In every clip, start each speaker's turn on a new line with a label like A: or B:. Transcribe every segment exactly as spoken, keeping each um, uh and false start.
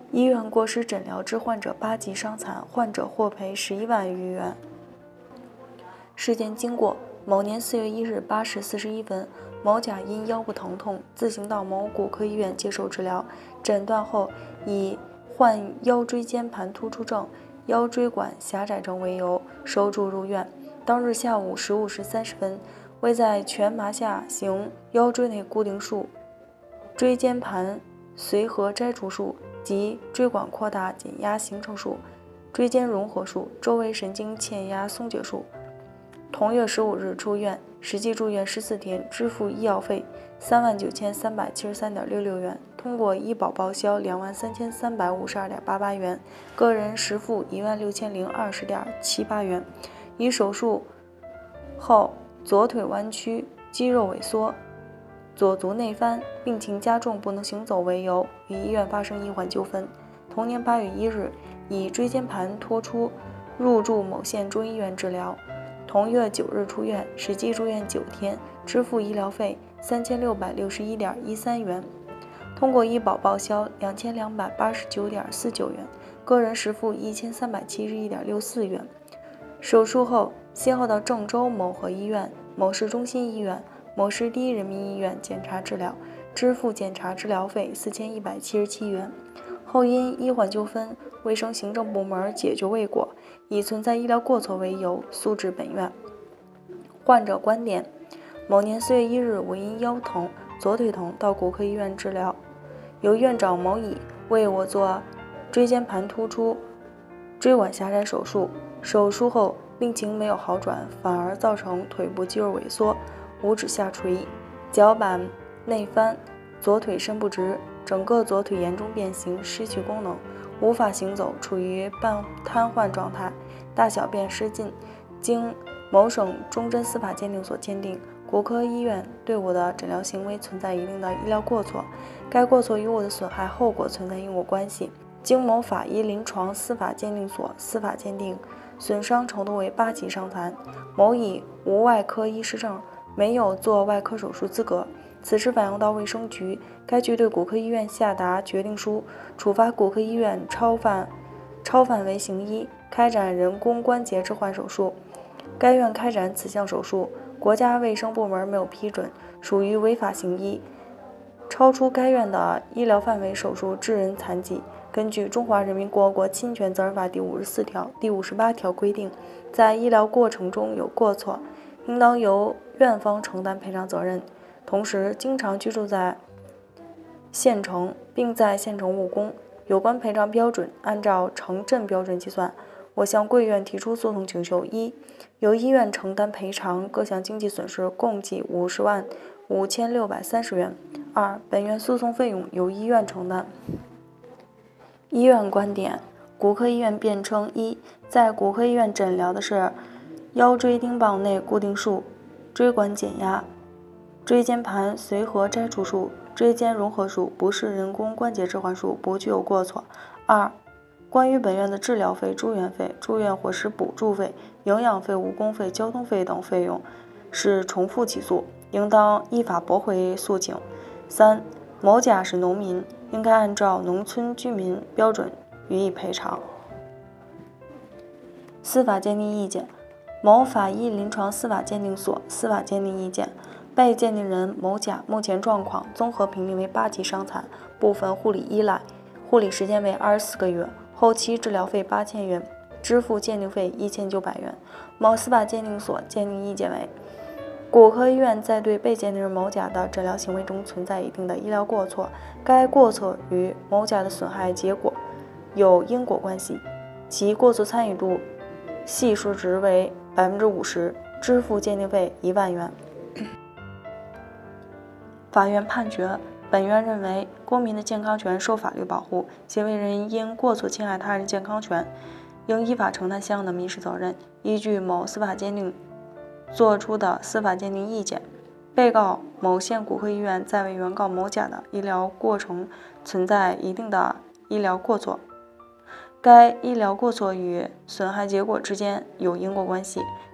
A: 医院过失诊疗致患者八级伤残，患者获赔十一万余元。事件经过：某年四月一日八时四十一分，某甲因腰部疼痛自行到某骨科医院接受治疗，诊断后以患腰椎间盘突出症、腰椎管狭窄症为由收住入院。当日下午十五时三十分，为在全麻下行腰椎内固定术、椎间盘髓核摘除术及椎管扩大减压形成术、椎间融合术、周围神经嵌压松解术。同月十五日出院，实际住院十四天，支付医药费三万九千三百七十三点六六元，通过医保报销两万三千三百五十二点八八元，个人实付一万六千零二十点七八元。以手术后左腿弯曲、肌肉萎缩、左足内翻、病情加重不能行走为由，与医院发生医患纠纷。同年八月一日，以椎间盘脱出入住某县中医院治疗。同月九日出院，实际住院九天，支付医疗费三千六百六十一点一三元，通过医保报销两千两百八十九点四九元，个人实付一千三百七十一点六四元。手术后，先后到郑州某和医院、某市中心医院、某市第一人民医院检查治疗，支付检查治疗费四千一百七十七元。后因医患纠纷，卫生行政部门解决未果，以存在医疗过错为由诉至本院。患者观点：某年四月一日，我因腰疼、左腿疼到骨科医院治疗，由院长某乙为我做椎间盘突出椎管狭窄手术。手术后病情没有好转，反而造成腿部肌肉萎缩、五指下垂、脚板内翻、左腿伸不直，整个左腿严重变形，失去功能，无法行走，处于半瘫痪状态，大小便失禁。经某省终身司法鉴定所鉴定，骨科医院对我的诊疗行为存在一定的医疗过错，该过错与我的损害后果存在因果关系。经某法医临床司法鉴定所司法鉴定，损伤程度为八级伤残。某乙无外科医师证，没有做外科手术资格。此事反映到卫生局，该局对骨科医院下达决定书，处罚骨科医院超范超范围行医，开展人工关节置换手术。该院开展此项手术，国家卫生部门没有批准，属于违法行医，超出该院的医疗范围手术致人残疾。根据《中华人民共和国侵权责任法》第五十四条、第五十八条规定，在医疗过程中有过错，应当由院方承担赔偿责任。同时，经常居住在县城并在县城务工，有关赔偿标准按照城镇标准计算。我向贵院提出诉讼请求：一、由医院承担赔偿各项经济损失，共计五十万五千六百三十元；二、本院诉讼费用由医院承担。医院观点：骨科医院辩称：一、在骨科医院诊疗的是腰椎钉棒内固定术、椎管减压、椎间盘髓核摘除术、椎间融合术，不是人工关节置换术，不具有过错。二、关于本院的治疗费、住院费、住院伙食补助费、营养费、误工费、交通费等费用是重复起诉，应当依法驳回诉请。三、某甲是农民，应该按照农村居民标准予以赔偿。司法鉴定意见：某法医临床司法鉴定所司法鉴定意见：被鉴定人某甲目前状况综合评定为八级伤残，部分护理依赖，护理时间为二十四个月，后期治疗费八千元，支付鉴定费一千九百元。某司法鉴定所鉴定意见为：骨科医院在对被鉴定人某甲的诊疗行为中存在一定的医疗过错，该过错与某甲的损害结果有因果关系，其过错参与度系数值为百分之五十，支付鉴定费一万元。法院判决：本院认为，公民的健康权受法律保护，行为人因过错侵害他人健康权，应依法承担相应的民事责任。依据某司法鉴定作出的司法鉴定意见，被告某县骨科医院在为原告某甲的医疗过程存在一定的医疗过错，该医疗过错与损害结果之间有因果关系，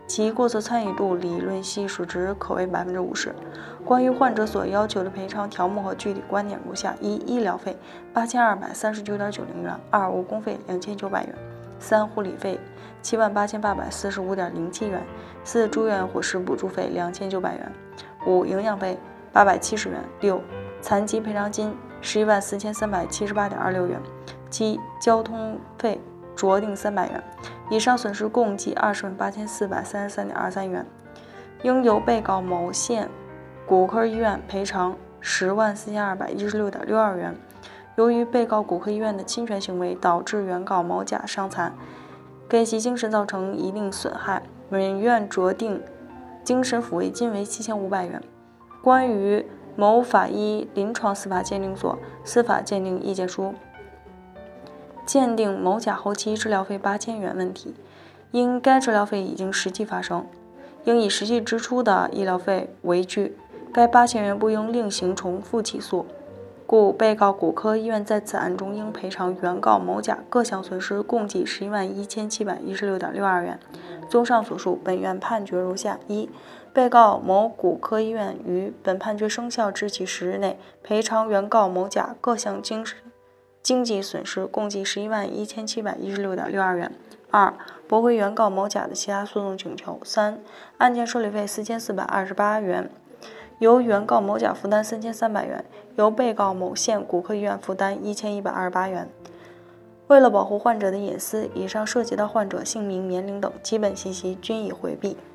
A: 其过错参与度理论系数值可为 百分之五十。关于患者所要求的赔偿条目和具体观点如下：一、医疗费八千二百三十九点九零元；二、误工费两千九百元；三、护理费七万八千八百四十五点零七元；四、住院伙食补助费两千九百元；五、营养费八百七十元；六、残疾赔偿金十一万四千三百七十八点二六元；七、交通费酌定三百元。以上损失共计二十万八千四百三十三点二三元，应由被告某县骨科医院赔偿十万四千二百一十六点六二元。由于被告骨科医院的侵权行为导致原告某甲伤残，给其精神造成一定损害，本院酌定精神抚慰金为七千五百元。关于某法医临床司法鉴定所司法鉴定意见书鉴定某甲后期治疗费八千元问题，因该治疗费已经实际发生，应以实际支出的医疗费为据，该八千元不应另行重复起诉，故被告骨科医院在此案中应赔偿原告某甲各项损失共计十一万一千七百一十六点六二元。综上所述，本院判决如下：一、被告某骨科医院于本判决生效之起十日内赔偿原告某甲各项精神经济损失共计十一万一千七百一十六点六二元。二、驳回原告某甲的其他诉讼请求。三、案件受理费四千四百二十八元，由原告某甲负担三千三百元，由被告某县骨科医院负担一千一百二十八元。为了保护患者的隐私，以上涉及到患者姓名、年龄等基本信息均已回避。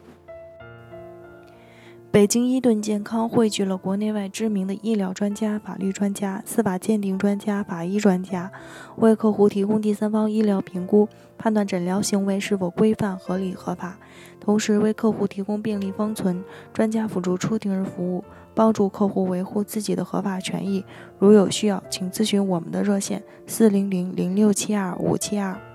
A: 北京伊顿健康汇聚了国内外知名的医疗专家、法律专家、司法鉴定专家、法医专家，为客户提供第三方医疗评估，判断诊疗行为是否规范、合理、合法，同时为客户提供病历封存、专家辅助出庭日服务，帮助客户维护自己的合法权益。如有需要，请咨询我们的热线四零零零六七二五七二。